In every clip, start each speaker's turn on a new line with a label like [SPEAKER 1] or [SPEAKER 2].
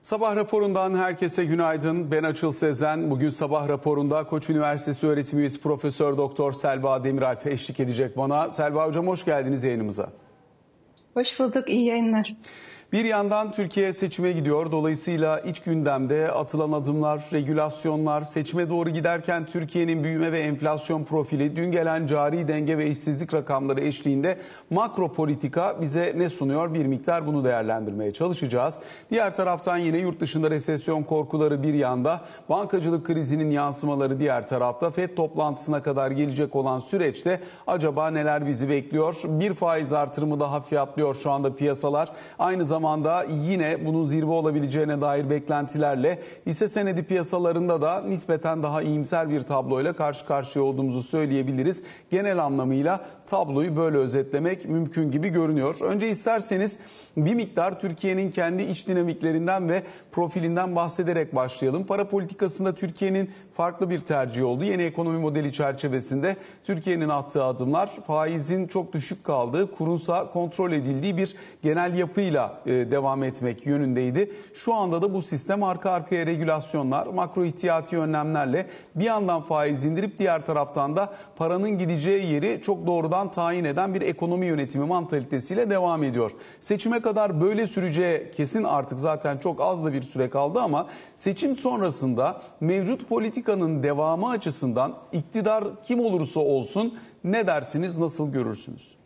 [SPEAKER 1] Sabah raporundan herkese günaydın. Ben Açıl Sezen. Bugün sabah raporunda Koç Üniversitesi öğretim üyesi Profesör Doktor Selva Demiralp eşlik edecek bana. Selva hocam hoş geldiniz yayınımıza.
[SPEAKER 2] Hoş bulduk, iyi yayınlar.
[SPEAKER 1] Bir yandan Türkiye seçime gidiyor. Dolayısıyla iç gündemde atılan adımlar, regülasyonlar, seçime doğru giderken Türkiye'nin büyüme ve enflasyon profili, dün gelen cari denge ve işsizlik rakamları eşliğinde makro politika bize ne sunuyor? Bir miktar bunu değerlendirmeye çalışacağız. Diğer taraftan yine yurt dışında resesyon korkuları bir yanda, bankacılık krizinin yansımaları diğer tarafta, FED toplantısına kadar gelecek olan süreçte acaba neler bizi bekliyor? Bir faiz artırımı daha fiyatlıyor şu anda piyasalar. Aynı zamanda yine bunun zirve olabileceğine dair beklentilerle hisse senedi piyasalarında da nispeten daha iyimser bir tabloyla karşı karşıya olduğumuzu söyleyebiliriz. Genel anlamıyla tabloyu böyle özetlemek mümkün gibi görünüyor. Önce isterseniz bir miktar Türkiye'nin kendi iç dinamiklerinden ve profilinden bahsederek başlayalım. Para politikasında Türkiye'nin farklı bir tercihi oldu. Yeni ekonomi modeli çerçevesinde Türkiye'nin attığı adımlar faizin çok düşük kaldığı, kurunsa kontrol edildiği bir genel yapıyla devam etmek yönündeydi. Şu anda da bu sistem arka arkaya regülasyonlar, makro ihtiyati önlemlerle bir yandan faiz indirip diğer taraftan da paranın gideceği yeri çok doğrudan tayin eden bir ekonomi yönetimi mantalitesiyle devam ediyor. Seçime kadar böyle süreceği kesin, artık zaten çok az da bir süre kaldı ama seçim sonrasında mevcut politikanın devamı açısından iktidar kim olursa olsun ne dersiniz, nasıl görürsünüz?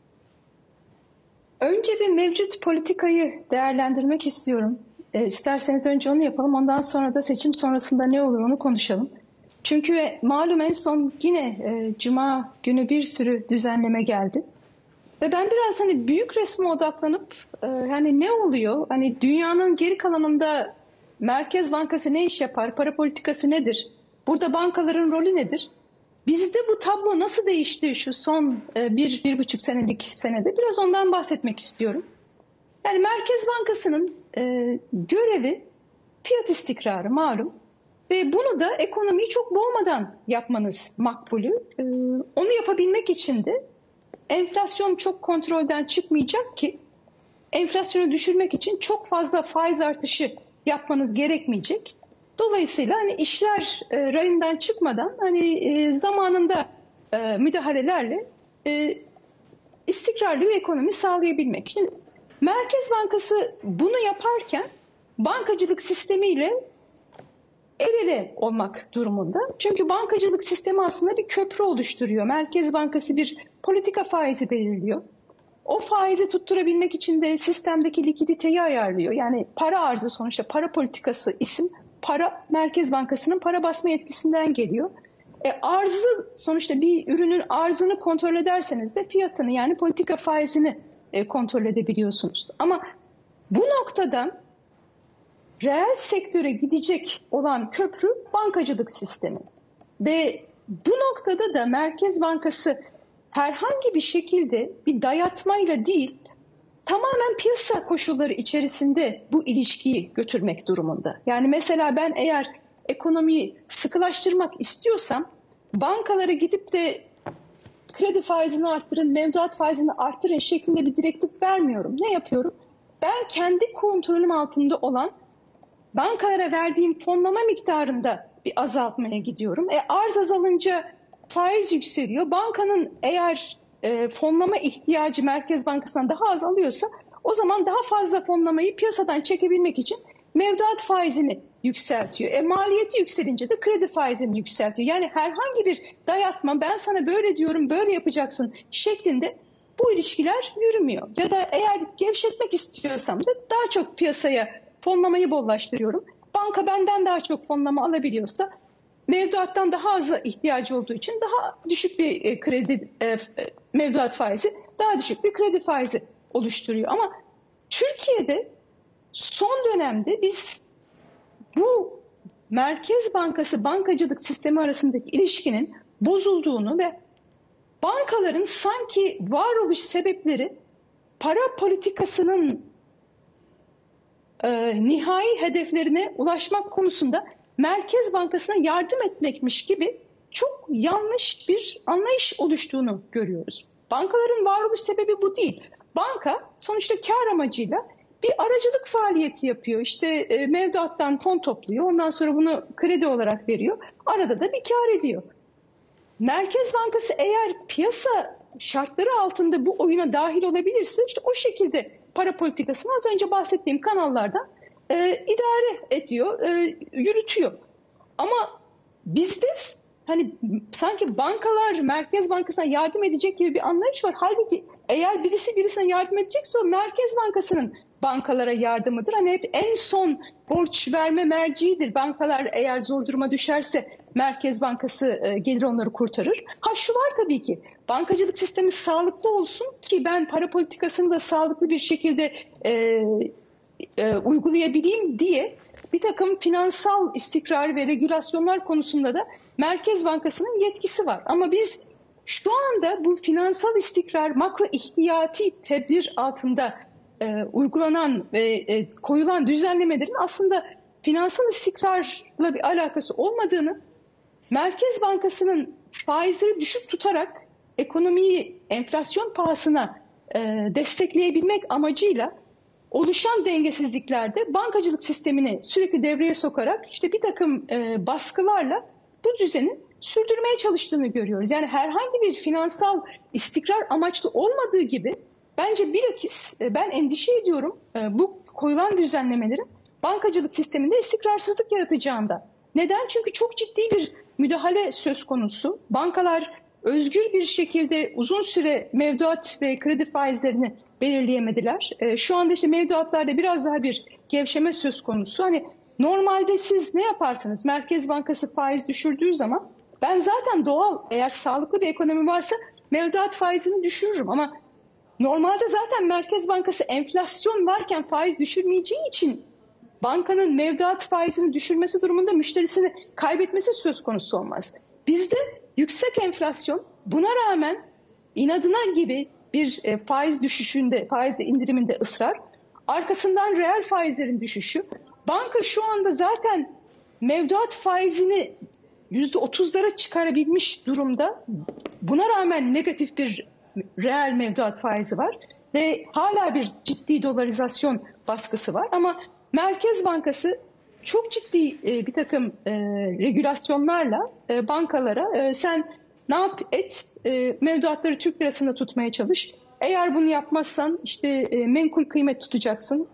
[SPEAKER 2] Önce bir mevcut politikayı değerlendirmek istiyorum. İsterseniz önce onu yapalım, ondan sonra da seçim sonrasında ne olur onu konuşalım. Çünkü malum en son yine Cuma günü bir sürü düzenleme geldi. Ve ben biraz büyük resme odaklanıp ne oluyor? Dünyanın geri kalanında Merkez Bankası ne iş yapar? Para politikası nedir? Burada bankaların rolü nedir? Bizde bu tablo nasıl değişti şu son 1-1,5 senelik senede? Biraz ondan bahsetmek istiyorum. Yani Merkez Bankası'nın görevi fiyat istikrarı malum. Ve bunu da ekonomiyi çok boğmadan yapmanız makbulü. Onu yapabilmek için de enflasyon çok kontrolden çıkmayacak ki enflasyonu düşürmek için çok fazla faiz artışı yapmanız gerekmeyecek. Dolayısıyla işler rayından çıkmadan zamanında müdahalelerle istikrarlı bir ekonomi sağlayabilmek. Şimdi Merkez Bankası bunu yaparken bankacılık sistemiyle el ele olmak durumunda. Çünkü bankacılık sistemi aslında bir köprü oluşturuyor. Merkez Bankası bir politika faizi belirliyor. O faizi tutturabilmek için de sistemdeki likiditeyi ayarlıyor. Yani para arzı, sonuçta para politikası isim. Para, Merkez Bankası'nın para basma yetkisinden geliyor. Arzı, sonuçta bir ürünün arzını kontrol ederseniz de fiyatını, yani politika faizini kontrol edebiliyorsunuz. Ama bu noktadan reel sektöre gidecek olan köprü bankacılık sistemi. Ve bu noktada da Merkez Bankası herhangi bir şekilde bir dayatmayla değil, tamamen piyasa koşulları içerisinde bu ilişkiyi götürmek durumunda. Yani mesela ben eğer ekonomiyi sıkılaştırmak istiyorsam bankalara gidip de kredi faizini arttırın, mevduat faizini arttırın şeklinde bir direktif vermiyorum. Ne yapıyorum? Ben kendi kontrolüm altında olan bankalara verdiğim fonlama miktarında bir azaltmaya gidiyorum. Arz azalınca faiz yükseliyor. Bankanın eğer fonlama ihtiyacı Merkez Bankası'ndan daha az alıyorsa, o zaman daha fazla fonlamayı piyasadan çekebilmek için mevduat faizini yükseltiyor. Maliyeti yükselince de kredi faizini yükseltiyor. Yani herhangi bir dayatma, ben sana böyle diyorum, böyle yapacaksın şeklinde bu ilişkiler yürümüyor. Ya da eğer gevşetmek istiyorsam da daha çok piyasaya fonlamayı bollaştırıyorum. Banka benden daha çok fonlama alabiliyorsa, mevduattan daha az ihtiyacı olduğu için daha düşük bir kredi mevduat faizi, daha düşük bir kredi faizi oluşturuyor. Ama Türkiye'de son dönemde biz bu Merkez Bankası bankacılık sistemi arasındaki ilişkinin bozulduğunu ve bankaların sanki varoluş sebepleri para politikasının nihai hedeflerine ulaşmak konusunda Merkez Bankası'na yardım etmekmiş gibi çok yanlış bir anlayış oluştuğunu görüyoruz. Bankaların varoluş sebebi bu değil. Banka sonuçta kar amacıyla bir aracılık faaliyeti yapıyor. İşte mevduattan fon topluyor. Ondan sonra bunu kredi olarak veriyor. Arada da bir kar ediyor. Merkez Bankası eğer piyasa şartları altında bu oyuna dahil olabilirse işte o şekilde para politikasını az önce bahsettiğim kanallardan idare ediyor, yürütüyor. Ama bizde hani sanki bankalar Merkez Bankası'na yardım edecek gibi bir anlayış var. Halbuki eğer birisi birisine yardım edecekse o Merkez Bankası'nın bankalara yardımıdır. Hani hep en son borç verme merciidir. Bankalar eğer zor duruma düşerse Merkez Bankası gelir onları kurtarır. Ha şu var tabii ki, bankacılık sistemi sağlıklı olsun ki ben para politikasını da sağlıklı bir şekilde uygulayabileyim diye bir takım finansal istikrar ve regülasyonlar konusunda da Merkez Bankası'nın yetkisi var. Ama biz şu anda bu finansal istikrar makro ihtiyati tedbir altında uygulanan ve koyulan düzenlemelerin aslında finansal istikrarla bir alakası olmadığını, Merkez Bankası'nın faizleri düşük tutarak ekonomiyi enflasyon pahasına destekleyebilmek amacıyla oluşan dengesizliklerde bankacılık sistemini sürekli devreye sokarak işte bir takım baskılarla bu düzeni sürdürmeye çalıştığını görüyoruz. Yani herhangi bir finansal istikrar amaçlı olmadığı gibi bence bilakis ben endişe ediyorum bu koyulan düzenlemelerin bankacılık sisteminde istikrarsızlık yaratacağında. Neden? Çünkü çok ciddi bir müdahale söz konusu. Bankalar özgür bir şekilde uzun süre mevduat ve kredi faizlerini belirleyemediler. Şu anda işte mevduatlarda biraz daha bir gevşeme söz konusu. Hani normalde siz ne yaparsınız? Merkez Bankası faiz düşürdüğü zaman ben zaten doğal, eğer sağlıklı bir ekonomi varsa mevduat faizini düşürürüm. Ama normalde zaten Merkez Bankası enflasyon varken faiz düşürmeyeceği için bankanın mevduat faizini düşürmesi durumunda müşterisini kaybetmesi söz konusu olmaz. Bizde yüksek enflasyon, buna rağmen inadına gibi bir faiz düşüşünde, faiz indiriminde ısrar, arkasından reel faizlerin düşüşü. Banka şu anda zaten mevduat faizini %30'lara çıkarabilmiş durumda. Buna rağmen negatif bir reel mevduat faizi var ve hala bir ciddi dolarizasyon baskısı var. Ama Merkez Bankası çok ciddi bir takım regülasyonlarla bankalara sen ne yap et, mevduatları Türk lirasında tutmaya çalış. Eğer bunu yapmazsan işte menkul kıymet tutacaksın.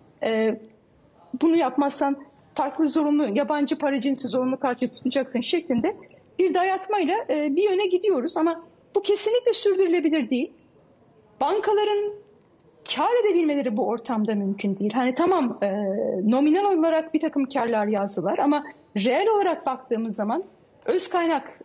[SPEAKER 2] Bunu yapmazsan farklı zorunlu, yabancı para cinsi zorunlu karşılığı tutacaksın şeklinde bir dayatmayla bir yöne gidiyoruz. Ama bu kesinlikle sürdürülebilir değil. Bankaların kar edebilmeleri bu ortamda mümkün değil. Hani tamam nominal olarak bir takım karlar yazdılar ama reel olarak baktığımız zaman öz kaynak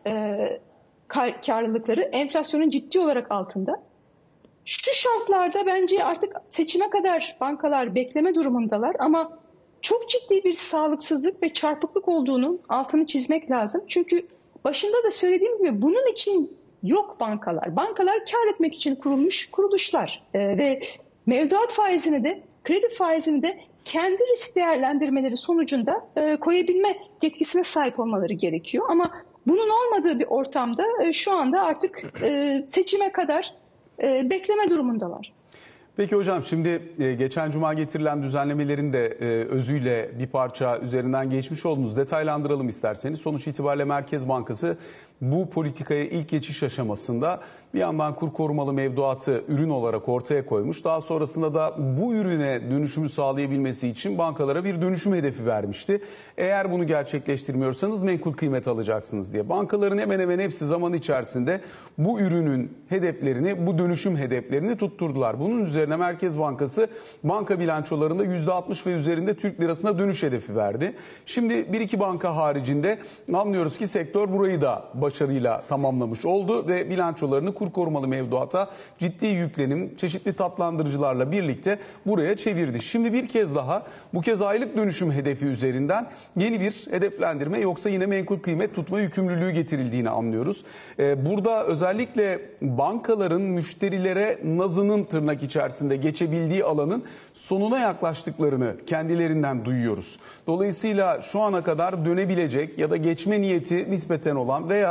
[SPEAKER 2] karlılıkları enflasyonun ciddi olarak altında. Şu şartlarda bence artık seçime kadar bankalar bekleme durumundalar ama çok ciddi bir sağlıksızlık ve çarpıklık olduğunun altını çizmek lazım. Çünkü başında da söylediğim gibi bunun için yok bankalar. Bankalar kar etmek için kurulmuş kuruluşlar ve mevduat faizini de kredi faizini de kendi risk değerlendirmeleri sonucunda koyabilme yetkisine sahip olmaları gerekiyor. Ama bunun olmadığı bir ortamda şu anda artık seçime kadar bekleme durumundalar.
[SPEAKER 1] Peki hocam, şimdi geçen cuma getirilen düzenlemelerin de özüyle bir parça üzerinden geçmiş oldunuz. Detaylandıralım isterseniz. Sonuç itibariyle Merkez Bankası bu politikaya ilk geçiş aşamasında bir yandan kur korumalı mevduatı ürün olarak ortaya koymuş. Daha sonrasında da bu ürüne dönüşümü sağlayabilmesi için bankalara bir dönüşüm hedefi vermişti. Eğer bunu gerçekleştirmiyorsanız menkul kıymet alacaksınız diye. Bankaların hemen hemen hepsi zaman içerisinde bu ürünün hedeflerini, bu dönüşüm hedeflerini tutturdular. Bunun üzerine Merkez Bankası banka bilançolarında %60 ve üzerinde Türk lirasına dönüş hedefi verdi. Şimdi bir iki banka haricinde anlıyoruz ki sektör burayı da başarıyla tamamlamış oldu ve bilançolarını kur korumalı mevduata ciddi yüklenim, çeşitli tatlandırıcılarla birlikte buraya çevirdi. Şimdi bir kez daha bu kez aylık dönüşüm hedefi üzerinden yeni bir hedeflendirme, yoksa yine menkul kıymet tutma yükümlülüğü getirildiğini anlıyoruz. Burada özellikle bankaların müşterilere nazının tırnak içerisinde geçebildiği alanın sonuna yaklaştıklarını kendilerinden duyuyoruz. Dolayısıyla şu ana kadar dönebilecek ya da geçme niyeti nispeten olan veya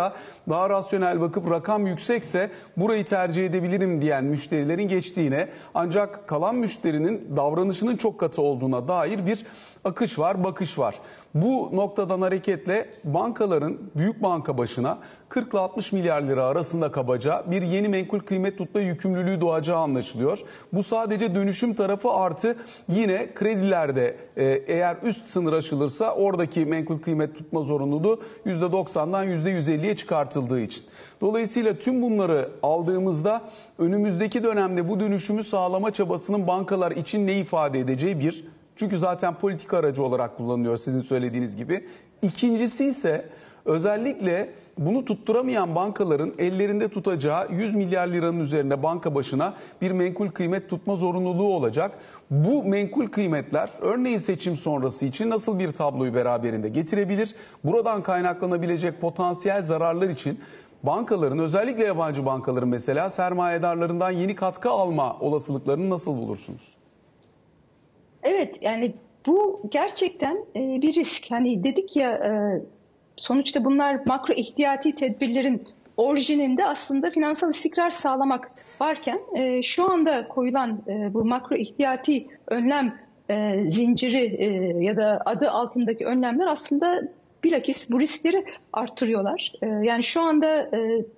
[SPEAKER 1] veya daha rasyonel bakıp rakam yüksekse burayı tercih edebilirim diyen müşterilerin geçtiğine, ancak kalan müşterinin davranışının çok katı olduğuna dair bir akış var, bakış var. Bu noktadan hareketle bankaların büyük banka başına 40 ile 60 milyar lira arasında kabaca bir yeni menkul kıymet tutma yükümlülüğü doğacağı anlaşılıyor. Bu sadece dönüşüm tarafı, artı yine kredilerde eğer üst sınır aşılırsa oradaki menkul kıymet tutma zorunluluğu %90'dan %150'ye çıkartıldığı için. Dolayısıyla tüm bunları aldığımızda önümüzdeki dönemde bu dönüşümü sağlama çabasının bankalar için ne ifade edeceği bir. Çünkü zaten politika aracı olarak kullanılıyor sizin söylediğiniz gibi. İkincisi ise özellikle bunu tutturamayan bankaların ellerinde tutacağı 100 milyar liranın üzerine banka başına bir menkul kıymet tutma zorunluluğu olacak. Bu menkul kıymetler örneğin seçim sonrası için nasıl bir tabloyu beraberinde getirebilir? Buradan kaynaklanabilecek potansiyel zararlar için bankaların, özellikle yabancı bankaların mesela sermayedarlarından yeni katkı alma olasılıklarını nasıl bulursunuz?
[SPEAKER 2] Evet, yani bu gerçekten bir risk. Hani dedik ya, sonuçta bunlar makro ihtiyati tedbirlerin orijininde aslında finansal istikrar sağlamak varken şu anda koyulan bu makro ihtiyati önlem zinciri ya da adı altındaki önlemler aslında bilakis bu riskleri artırıyorlar. Yani şu anda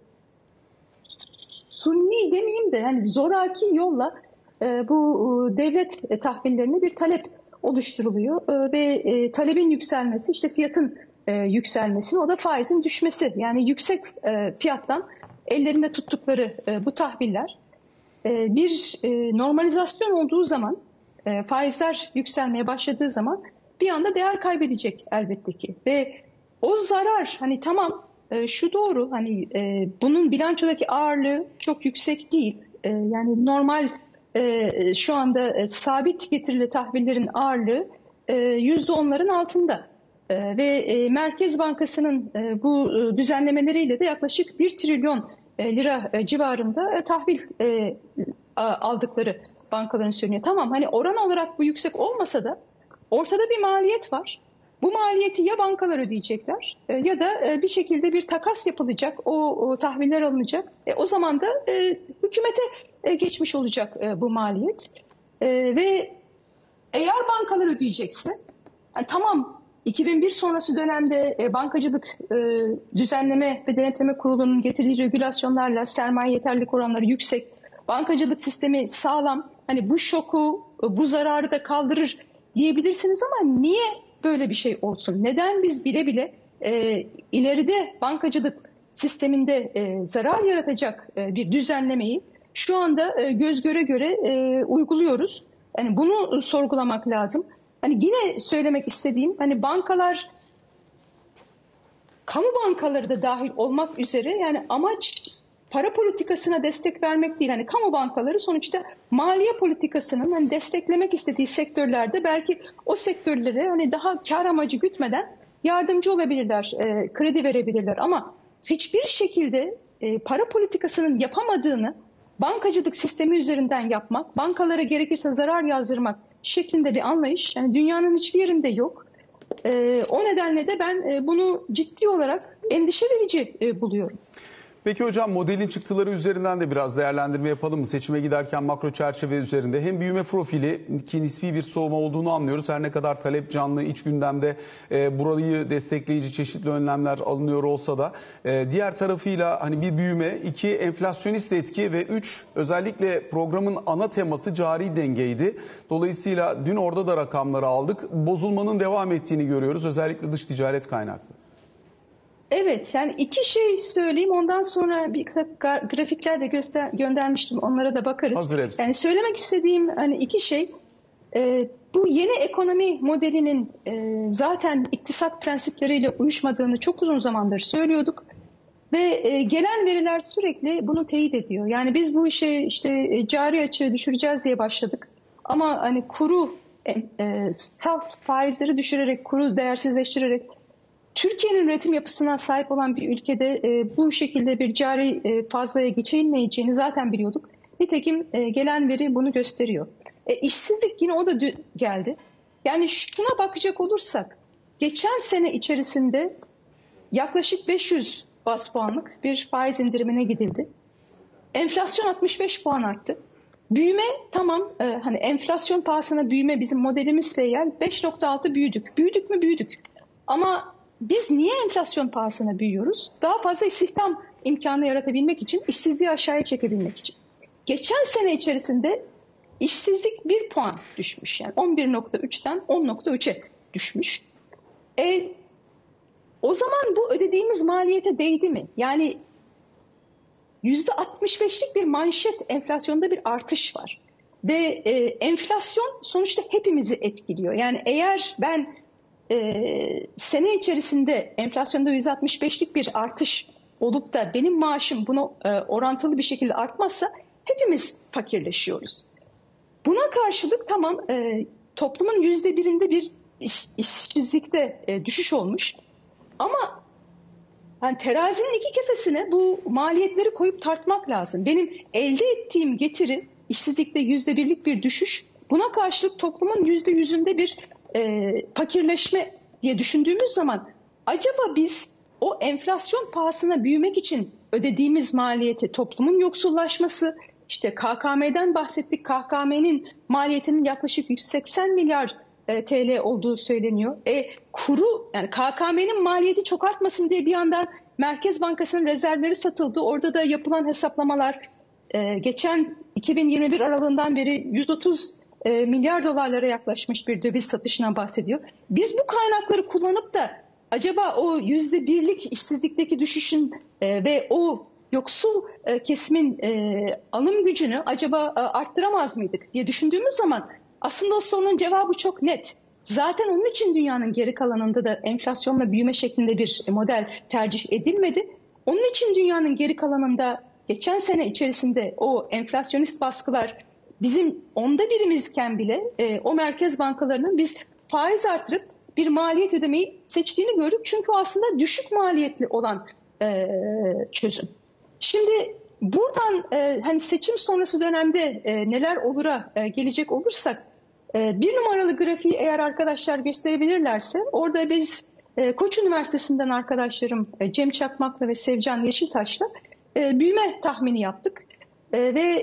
[SPEAKER 2] sunni demeyeyim de yani zoraki yolla bu devlet tahvillerine bir talep oluşturuluyor ve talebin yükselmesi işte fiyatın yükselmesi, o da faizin düşmesi. Yani yüksek fiyattan ellerinde tuttukları bu tahviller bir normalizasyon olduğu zaman, faizler yükselmeye başladığı zaman bir anda değer kaybedecek elbette ki. Ve o zarar, hani tamam şu doğru, hani bunun bilançodaki ağırlığı çok yüksek değil. Yani normal şu anda sabit getirili tahvillerin ağırlığı %10'ların altında. Ve Merkez Bankası'nın bu düzenlemeleriyle de yaklaşık 1 trilyon lira civarında tahvil aldıkları bankaların söyleniyor. Tamam, hani oran olarak bu yüksek olmasa da ortada bir maliyet var. Bu maliyeti ya bankalar ödeyecekler ya da bir şekilde bir takas yapılacak, o tahviller alınacak. O zaman da hükümete geçmiş olacak bu maliyet. Ve eğer bankalar ödeyecekse, yani tamam 2001 sonrası dönemde bankacılık düzenleme ve denetleme kurulunun getirdiği regülasyonlarla sermaye yeterlilik oranları yüksek, bankacılık sistemi sağlam, hani bu şoku, bu zararı da kaldırır diyebilirsiniz ama niye böyle bir şey olsun? Neden biz bile bile ileride bankacılık sisteminde zarar yaratacak bir düzenlemeyi şu anda göz göre göre uyguluyoruz? Yani bunu sorgulamak lazım. Hani yine söylemek istediğim, hani bankalar, kamu bankaları da dahil olmak üzere, yani amaç para politikasına destek vermek değil. Hani kamu bankaları sonuçta maliye politikasının hani desteklemek istediği sektörlerde belki o sektörlere hani daha kar amacı gütmeden yardımcı olabilirler, kredi verebilirler. Ama hiçbir şekilde para politikasının yapamadığını bankacılık sistemi üzerinden yapmak, bankalara gerekirse zarar yazdırmak şeklinde bir anlayış yani dünyanın hiçbir yerinde yok. O nedenle de ben bunu ciddi olarak endişe verici buluyorum.
[SPEAKER 1] Peki hocam, modelin çıktıları üzerinden de biraz değerlendirme yapalım mı? Seçime giderken makro çerçeve üzerinde hem büyüme profili ki nispi bir soğuma olduğunu anlıyoruz. Her ne kadar talep canlı, iç gündemde burayı destekleyici çeşitli önlemler alınıyor olsa da diğer tarafıyla hani bir büyüme, 2 enflasyonist etki ve 3 özellikle programın ana teması cari dengeydi. Dolayısıyla dün orada da rakamları aldık. Bozulmanın devam ettiğini görüyoruz, özellikle dış ticaret kaynaklı.
[SPEAKER 2] Evet, yani 2 şey söyleyeyim, ondan sonra bir grafikler de göndermiştim, onlara da bakarız.
[SPEAKER 1] Hazır hepsi.
[SPEAKER 2] Yani söylemek istediğim hani 2 şey, bu yeni ekonomi modelinin zaten iktisat prensipleriyle uyuşmadığını çok uzun zamandır söylüyorduk. Ve gelen veriler sürekli bunu teyit ediyor. Yani biz bu işe işte cari açığı düşüreceğiz diye başladık. Ama hani kuru, salt faizleri düşürerek, kuru değersizleştirerek Türkiye'nin üretim yapısına sahip olan bir ülkede bu şekilde bir cari fazlaya geçilmeyeceğini zaten biliyorduk. Nitekim gelen veri bunu gösteriyor. İşsizlik yine o da geldi. Yani şuna bakacak olursak geçen sene içerisinde yaklaşık 500 bas puanlık bir faiz indirimine gidildi. Enflasyon 65 puan arttı. Büyüme tamam, hani enflasyon pahasına büyüme bizim modelimizle eğer 5.6 büyüdük. Büyüdük mü? Büyüdük. Ama biz niye enflasyon pahasına büyüyoruz? Daha fazla istihdam imkanı yaratabilmek için, işsizliği aşağıya çekebilmek için. Geçen sene içerisinde işsizlik 1 puan düşmüş. Yani 11.3'ten 10.3'e düşmüş. O zaman bu ödediğimiz maliyete değdi mi? Yani %65'lik bir manşet enflasyonda bir artış var. Ve enflasyon sonuçta hepimizi etkiliyor. Yani eğer ben sene içerisinde enflasyonda %65'lik bir artış olup da benim maaşım buna orantılı bir şekilde artmazsa hepimiz fakirleşiyoruz. Buna karşılık tamam, toplumun %1'inde bir işsizlikte düşüş olmuş. Ama yani terazinin iki kefesine bu maliyetleri koyup tartmak lazım. Benim elde ettiğim getiri işsizlikte %1'lik bir düşüş. Buna karşılık toplumun %100'ünde bir fakirleşme diye düşündüğümüz zaman acaba biz o enflasyon pahasına büyümek için ödediğimiz maliyeti, toplumun yoksullaşması, işte KKM'den bahsettik. KKM'nin maliyetinin yaklaşık 180 milyar TL olduğu söyleniyor. Kuru, yani KKM'nin maliyeti çok artmasın diye bir yandan Merkez Bankası'nın rezervleri satıldı. Orada da yapılan hesaplamalar geçen 2021 aralığından beri 130 milyar dolarlara yaklaşmış bir döviz satışından bahsediyor. Biz bu kaynakları kullanıp da acaba o %1'lik işsizlikteki düşüşün ve o yoksul kesimin alım gücünü acaba arttıramaz mıydık diye düşündüğümüz zaman aslında o sorunun cevabı çok net. Zaten onun için dünyanın geri kalanında da enflasyonla büyüme şeklinde bir model tercih edilmedi. Onun için dünyanın geri kalanında geçen sene içerisinde o enflasyonist baskılar bizim 1/10'imizken bile o merkez bankalarının biz faiz artırıp bir maliyet ödemeyi seçtiğini gördük. Çünkü aslında düşük maliyetli olan çözüm. Şimdi buradan hani seçim sonrası dönemde neler olura gelecek olursak, bir numaralı grafiği eğer arkadaşlar gösterebilirlerse orada biz Koç Üniversitesi'nden arkadaşlarım Cem Çakmak'la ve Sevcan Yeşiltaş'la büyüme tahmini yaptık. Ve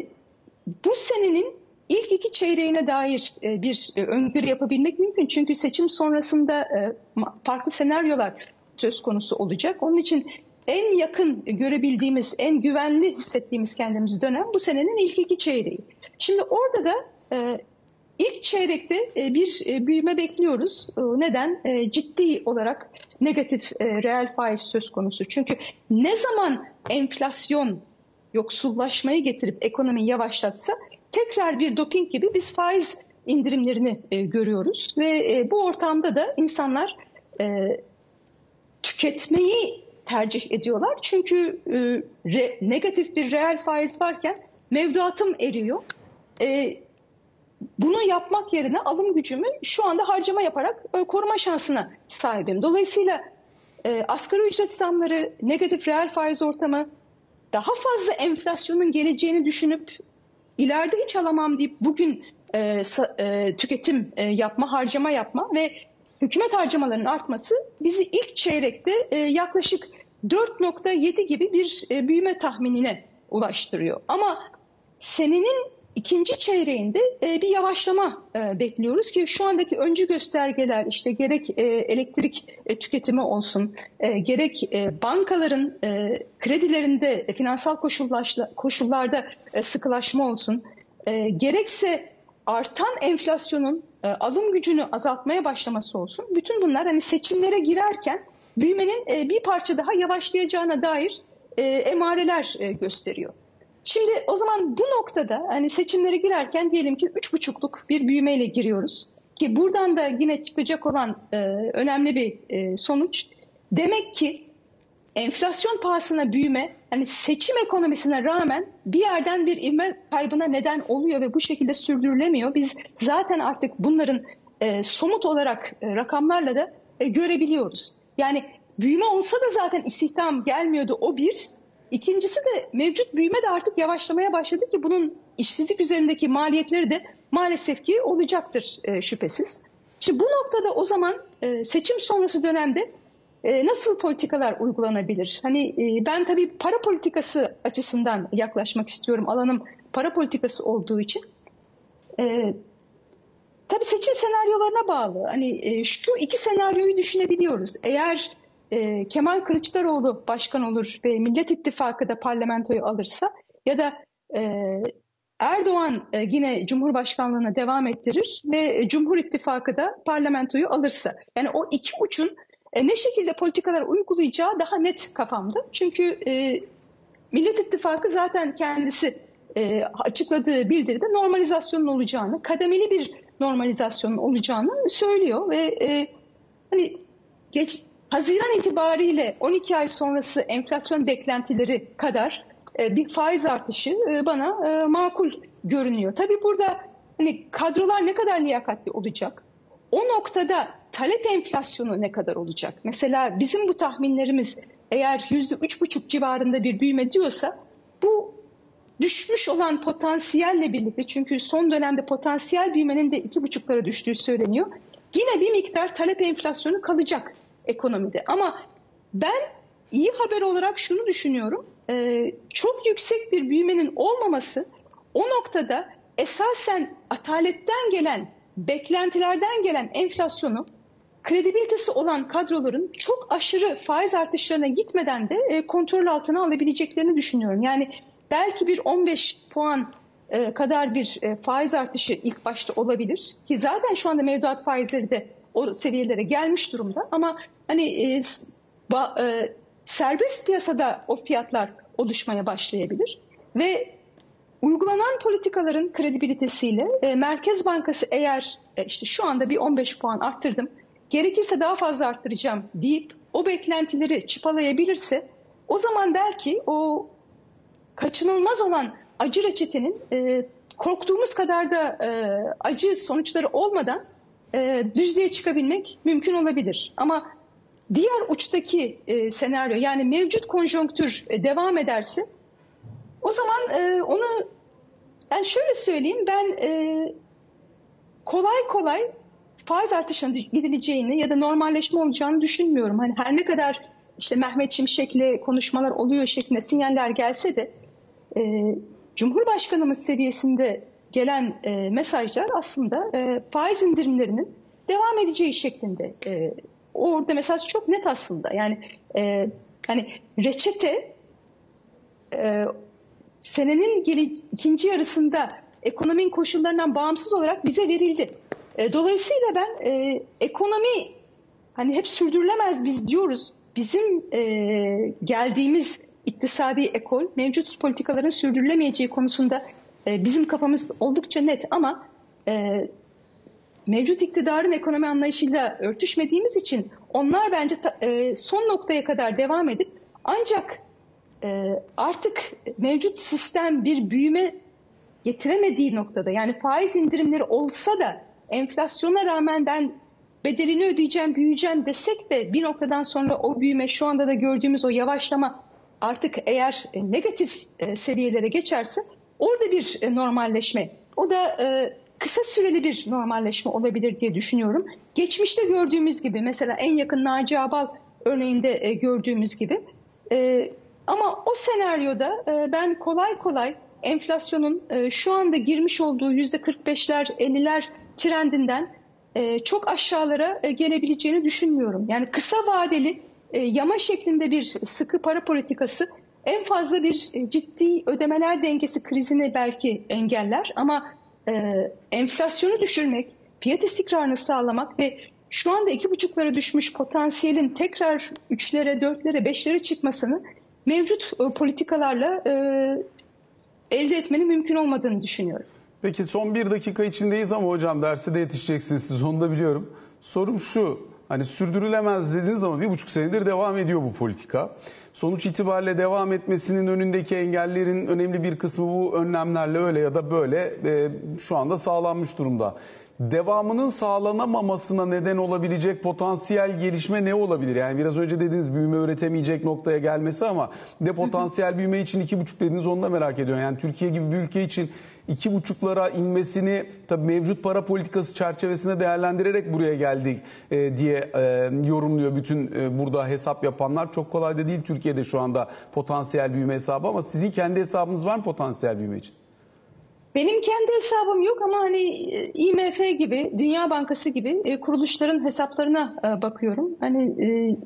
[SPEAKER 2] bu senenin ilk 2 çeyreğine dair bir öngörü yapabilmek mümkün. Çünkü seçim sonrasında farklı senaryolar söz konusu olacak. Onun için en yakın görebildiğimiz, en güvenli hissettiğimiz kendimizi dönem bu senenin ilk 2 çeyreği. Şimdi orada da ilk çeyrekte bir büyüme bekliyoruz. Neden? Ciddi olarak negatif reel faiz söz konusu. Çünkü ne zaman enflasyon yoksullaşmayı getirip ekonomiyi yavaşlatsa tekrar bir doping gibi biz faiz indirimlerini görüyoruz. Ve bu ortamda da insanlar tüketmeyi tercih ediyorlar. Çünkü negatif bir reel faiz varken mevduatım eriyor. Bunu yapmak yerine alım gücümü şu anda harcama yaparak koruma şansına sahibim. Dolayısıyla asgari ücret zamları, negatif reel faiz ortamı, daha fazla enflasyonun geleceğini düşünüp ileride hiç alamam deyip bugün tüketim yapma, harcama yapma ve hükümet harcamalarının artması bizi ilk çeyrekte yaklaşık 4.7 gibi bir büyüme tahminine ulaştırıyor. Ama senenin ikinci çeyreğinde bir yavaşlama bekliyoruz ki şu andaki öncü göstergeler işte gerek elektrik tüketimi olsun, gerek bankaların kredilerinde finansal koşullarda sıkılaşma olsun, gerekse artan enflasyonun alım gücünü azaltmaya başlaması olsun. Bütün bunlar hani seçimlere girerken büyümenin bir parça daha yavaşlayacağına dair emareler gösteriyor. Şimdi o zaman bu noktada hani seçimlere girerken diyelim ki 3,5'luk bir büyümeyle giriyoruz. Ki buradan da yine çıkacak olan önemli bir sonuç. Demek ki enflasyon pahasına büyüme hani seçim ekonomisine rağmen bir yerden bir ivme kaybına neden oluyor ve bu şekilde sürdürülemiyor. Biz zaten artık bunların somut olarak rakamlarla da görebiliyoruz. Yani büyüme olsa da zaten istihdam gelmiyordu, o bir. İkincisi de mevcut büyüme de artık yavaşlamaya başladı ki bunun işsizlik üzerindeki maliyetleri de maalesef ki olacaktır şüphesiz. Şimdi bu noktada o zaman seçim sonrası dönemde nasıl politikalar uygulanabilir? Hani ben tabii para politikası açısından yaklaşmak istiyorum. Alanım para politikası olduğu için. Tabii seçim senaryolarına bağlı. Hani şu iki senaryoyu düşünebiliyoruz. Eğer Kemal Kılıçdaroğlu başkan olur ve Millet İttifakı da parlamentoyu alırsa ya da Erdoğan yine Cumhurbaşkanlığına devam ettirir ve Cumhur İttifakı da parlamentoyu alırsa. Yani o iki uçun ne şekilde politikalar uygulayacağı daha net kafamda. Çünkü Millet İttifakı zaten kendisi açıkladığı bildiride normalizasyonun olacağını, kademeli bir normalizasyonun olacağını söylüyor ve hani Haziran itibariyle 12 ay sonrası enflasyon beklentileri kadar bir faiz artışı bana makul görünüyor. Tabii burada hani kadrolar ne kadar liyakatli olacak? O noktada talep enflasyonu ne kadar olacak? Mesela bizim bu tahminlerimiz eğer %3,5 civarında bir büyüme diyorsa bu düşmüş olan potansiyelle birlikte, çünkü son dönemde potansiyel büyümenin de 2,5'lara düştüğü söyleniyor. Yine bir miktar talep enflasyonu kalacak ekonomide. Ama ben iyi haber olarak şunu düşünüyorum. Çok yüksek bir büyümenin olmaması o noktada esasen ataletten gelen, beklentilerden gelen enflasyonu kredibilitesi olan kadroların çok aşırı faiz artışlarına gitmeden de kontrol altına alabileceklerini düşünüyorum. Yani belki bir 15 puan kadar bir faiz artışı ilk başta olabilir ki zaten şu anda mevduat faizleri de o seviyelere gelmiş durumda, ama hani serbest piyasada o fiyatlar oluşmaya başlayabilir ve uygulanan politikaların kredibilitesiyle Merkez Bankası eğer işte şu anda bir 15 puan arttırdım, gerekirse daha fazla arttıracağım deyip o beklentileri çıpalayabilirse, o zaman belki o kaçınılmaz olan acı reçetenin korktuğumuz kadar da acı sonuçları olmadan düzlüğe çıkabilmek mümkün olabilir. Ama diğer uçtaki senaryo, yani mevcut konjonktür devam ederse, o zaman onu, yani şöyle söyleyeyim, ben kolay kolay faiz artışına gidileceğini ya da normalleşme olacağını düşünmüyorum. Hani her ne kadar işte Mehmet Şimşek'le konuşmalar oluyor şeklinde sinyaller gelse de Cumhurbaşkanımız seviyesinde gelen mesajlar aslında faiz indirimlerinin devam edeceği şeklinde. Orada mesaj çok net aslında. Yani hani reçete senenin ikinci yarısında ekonominin koşullarından bağımsız olarak bize verildi. Dolayısıyla ben ekonomi hani hep sürdürülemez biz diyoruz. Bizim geldiğimiz iktisadi ekol mevcut politikaların sürdürülemeyeceği konusunda bizim kafamız oldukça net, ama mevcut iktidarın ekonomi anlayışıyla örtüşmediğimiz için onlar bence son noktaya kadar devam edip ancak artık mevcut sistem bir büyüme getiremediği noktada, yani faiz indirimleri olsa da enflasyona rağmen ben bedelini ödeyeceğim, büyüyeceğim desek de bir noktadan sonra o büyüme, şu anda da gördüğümüz o yavaşlama artık eğer negatif seviyelere geçerse orada bir normalleşme, o da kısa süreli bir normalleşme olabilir diye düşünüyorum. Geçmişte gördüğümüz gibi, mesela en yakın Naci Ağbal örneğinde gördüğümüz gibi, ama o senaryoda ben kolay kolay enflasyonun şu anda girmiş olduğu %45'ler 50'ler trendinden çok aşağılara gelebileceğini düşünmüyorum. Yani kısa vadeli yama şeklinde bir sıkı para politikası en fazla bir ciddi ödemeler dengesi krizini belki engeller, ama enflasyonu düşürmek, fiyat istikrarını sağlamak ve şu anda 2,5'lara düşmüş potansiyelin tekrar 3'lere, 4'lere, 5'lere çıkmasını mevcut politikalarla elde etmenin mümkün olmadığını düşünüyorum.
[SPEAKER 1] Peki son bir dakika içindeyiz ama hocam derse de yetişeceksiniz, siz onu da biliyorum. Sorum şu, hani sürdürülemez dediniz ama 1,5 senedir devam ediyor bu politika. Sonuç itibariyle devam etmesinin önündeki engellerin önemli bir kısmı bu önlemlerle öyle ya da böyle şu anda sağlanmış durumda. devamının sağlanamamasına neden olabilecek potansiyel gelişme ne olabilir? Yani biraz önce dediğiniz büyüme üretemeyecek noktaya gelmesi ama bir de potansiyel büyüme için 2,5 dediniz, onu da merak ediyorum. Yani Türkiye gibi bir ülke için 2,5'lara inmesini tabii mevcut para politikası çerçevesinde değerlendirerek buraya geldik diye yorumluyor bütün burada hesap yapanlar. Çok kolay da değil Türkiye'de şu anda potansiyel büyüme hesabı, ama sizin kendi hesabınız var mı potansiyel büyüme için?
[SPEAKER 2] Benim kendi hesabım yok ama hani IMF gibi, Dünya Bankası gibi kuruluşların hesaplarına bakıyorum. Hani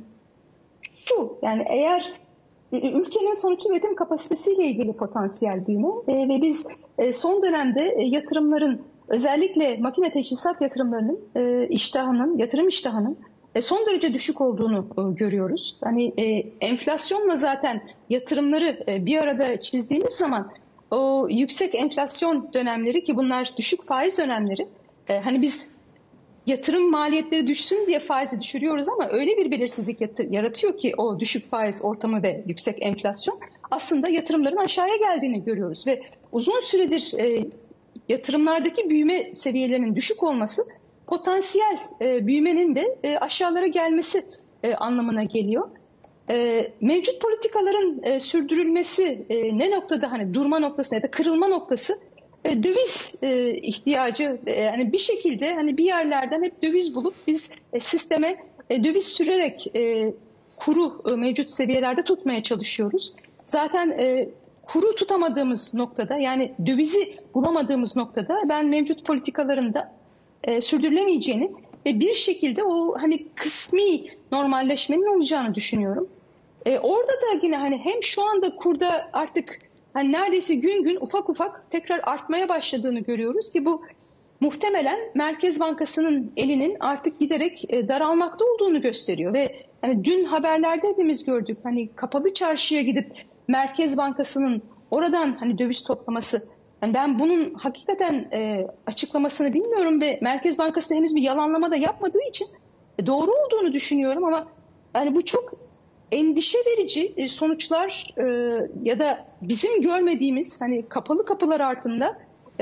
[SPEAKER 2] yani eğer ülkenin sonuç üretim kapasitesiyle ilgili potansiyel büyüme ve biz son dönemde yatırımların, özellikle makine teçhizat yatırımlarının yatırım iştahının son derece düşük olduğunu görüyoruz. Hani enflasyonla zaten yatırımları bir arada çizdiğimiz zaman o yüksek enflasyon dönemleri, ki bunlar düşük faiz dönemleri, hani biz yatırım maliyetleri düşsün diye faizi düşürüyoruz ama öyle bir belirsizlik yaratıyor ki o düşük faiz ortamı ve yüksek enflasyon aslında yatırımların aşağıya geldiğini görüyoruz ve uzun süredir yatırımlardaki büyüme seviyelerinin düşük olması potansiyel büyümenin de aşağılara gelmesi anlamına geliyor. Mevcut politikaların sürdürülmesi ne noktada, hani durma noktası ya da kırılma noktası, döviz ihtiyacı, yani bir şekilde hani bir yerlerden hep döviz bulup biz sisteme döviz sürerek kuru mevcut seviyelerde tutmaya çalışıyoruz. Zaten kuru tutamadığımız noktada, yani dövizi bulamadığımız noktada ben mevcut politikaların da sürdürülemeyeceğini ve bir şekilde o hani kısmi normalleşmenin olacağını düşünüyorum. Orada da yine hani hem şu anda kurda artık hani neredeyse gün gün ufak ufak tekrar artmaya başladığını görüyoruz ki bu muhtemelen Merkez Bankası'nın elinin artık giderek daralmakta olduğunu gösteriyor ve hani dün haberlerde hepimiz gördük, hani kapalı çarşıya gidip Merkez Bankası'nın oradan hani döviz toplaması. Yani ben bunun hakikaten açıklamasını bilmiyorum ve Merkez Bankası henüz bir yalanlama da yapmadığı için doğru olduğunu düşünüyorum ama yani bu çok endişe verici sonuçlar ya da bizim görmediğimiz hani kapalı kapılar altında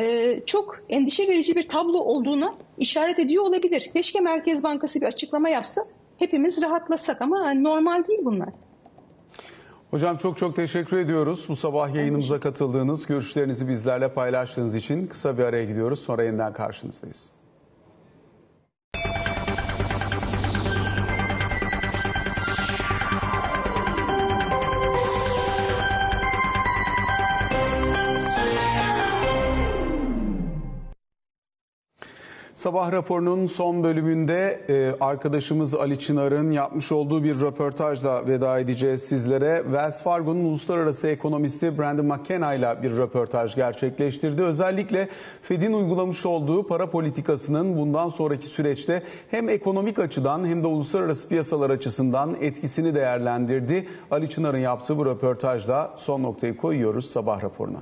[SPEAKER 2] çok endişe verici bir tablo olduğuna işaret ediyor olabilir. Keşke Merkez Bankası bir açıklama yapsa, hepimiz rahatlasak ama normal değil bunlar.
[SPEAKER 1] Hocam çok teşekkür ediyoruz bu sabah yayınımıza katıldığınız, görüşlerinizi bizlerle paylaştığınız için. Kısa bir araya gidiyoruz, sonra yeniden karşınızdayız. Sabah raporunun son bölümünde arkadaşımız Ali Çınar'ın yapmış olduğu bir röportajla veda edeceğiz sizlere. Wells Fargo'nun uluslararası ekonomisti Brendan McKenna ile bir röportaj gerçekleştirdi. Özellikle Fed'in uygulamış olduğu para politikasının bundan sonraki süreçte hem ekonomik açıdan hem de uluslararası piyasalar açısından etkisini değerlendirdi. Ali Çınar'ın yaptığı bu röportajla son noktayı koyuyoruz sabah raporuna.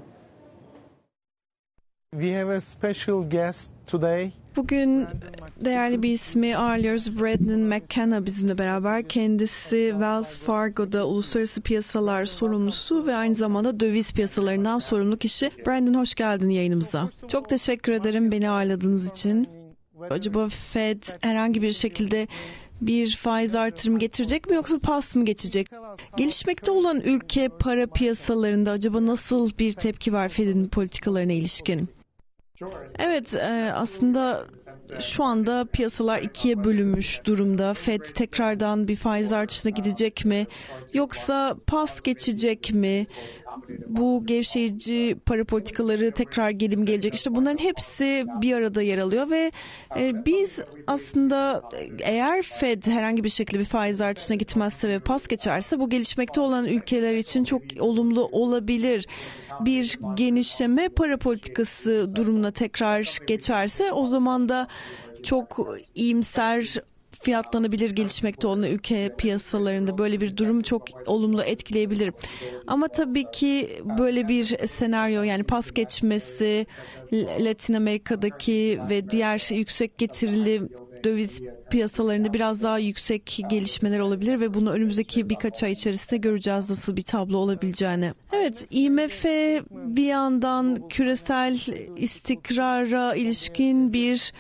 [SPEAKER 3] We have a special guest today.
[SPEAKER 4] Bugün değerli bir ismi ağırlıyoruz. Brendan McKenna bizimle beraber. Kendisi Wells Fargo'da uluslararası piyasalar sorumlusu ve aynı zamanda döviz piyasalarından sorumlu kişi. Brendan, hoş geldin yayınımıza. Çok teşekkür ederim beni ağırladığınız için. Acaba Fed herhangi bir şekilde bir faiz artırımı getirecek mi yoksa pas mı geçecek? Gelişmekte olan ülke para piyasalarında acaba nasıl bir tepki var Fed'in politikalarına ilişkin? Evet, aslında şu anda piyasalar ikiye bölünmüş durumda. Fed tekrardan bir faiz artışına gidecek mi? Yoksa pas geçecek mi? Bu gevşeyici para politikaları tekrar geri mi gelecek? İşte bunların hepsi bir arada yer alıyor ve biz aslında eğer Fed herhangi bir şekilde bir faiz artışına gitmezse ve pas geçerse bu gelişmekte olan ülkeler için çok olumlu olabilir. Bir genişleme para politikası durumuna tekrar geçerse o zaman da çok iyimser fiyatlanabilir gelişmekte olan ülke piyasalarında. Böyle bir durum çok olumlu etkileyebilir. Ama tabii ki böyle bir senaryo, yani pas geçmesi, Latin Amerika'daki ve diğer yüksek getirili döviz piyasalarında biraz daha yüksek gelişmeler olabilir ve bunu önümüzdeki birkaç ay içerisinde göreceğiz nasıl bir tablo olabileceğini. Evet, IMF bir yandan küresel istikrara ilişkin bir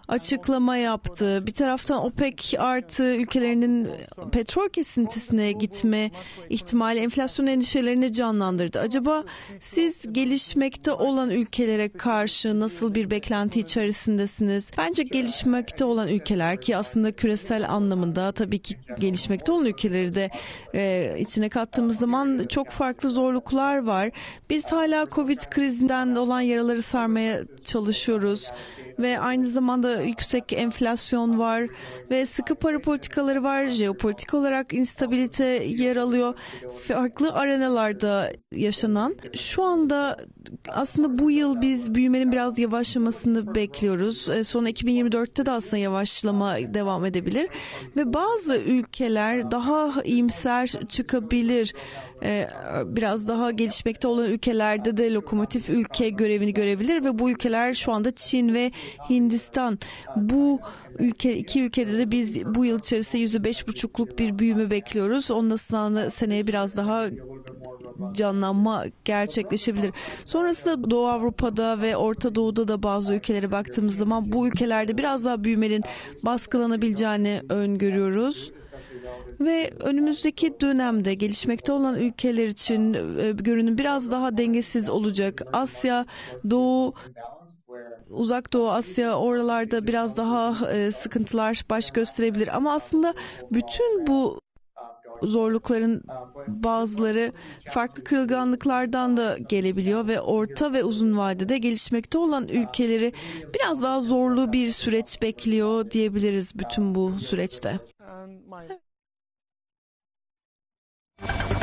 [SPEAKER 4] açıklama yaptı. Bir taraftan OPEC artı ülkelerinin petrol kesintisine gitme ihtimali enflasyon endişelerini canlandırdı. Acaba siz gelişmekte olan ülkelere karşı nasıl bir beklenti içerisindesiniz? Bence gelişmekte olan ülkeler, ki aslında küresel anlamında tabii ki gelişmekte olan ülkeleri de içine kattığımız zaman çok farklı zorluklar var. Biz hala Covid krizinden olan yaraları sarmaya çalışıyoruz ve aynı zamanda yüksek enflasyon var ve sıkı para politikaları var. Jeopolitik olarak instabilite yer alıyor. Farklı arenalarda yaşanan. Şu anda aslında bu yıl biz büyümenin biraz yavaşlamasını bekliyoruz. Sonra 2024'te de aslında yavaşlama devam edebilir ve bazı ülkeler daha iyimser çıkabilir. Biraz daha gelişmekte olan ülkelerde de lokomotif ülke görevini görebilir ve bu ülkeler şu anda Çin ve Hindistan. Bu iki ülkede de biz bu yıl içerisinde %5,5'luk bir büyüme bekliyoruz. Ondan sonra seneye biraz daha canlanma gerçekleşebilir. Sonrasında Doğu Avrupa'da ve Orta Doğu'da da bazı ülkelere baktığımız zaman bu ülkelerde biraz daha büyümenin baskılanabileceğini öngörüyoruz. Ve önümüzdeki dönemde gelişmekte olan ülkeler için görünüm biraz daha dengesiz olacak. Asya, Doğu, Uzak Doğu Asya, oralarda biraz daha sıkıntılar baş gösterebilir. Ama aslında bütün bu zorlukların bazıları farklı kırılganlıklardan da gelebiliyor ve orta ve uzun vadede gelişmekte olan ülkeleri biraz daha zorlu bir süreç bekliyor diyebiliriz bütün bu süreçte.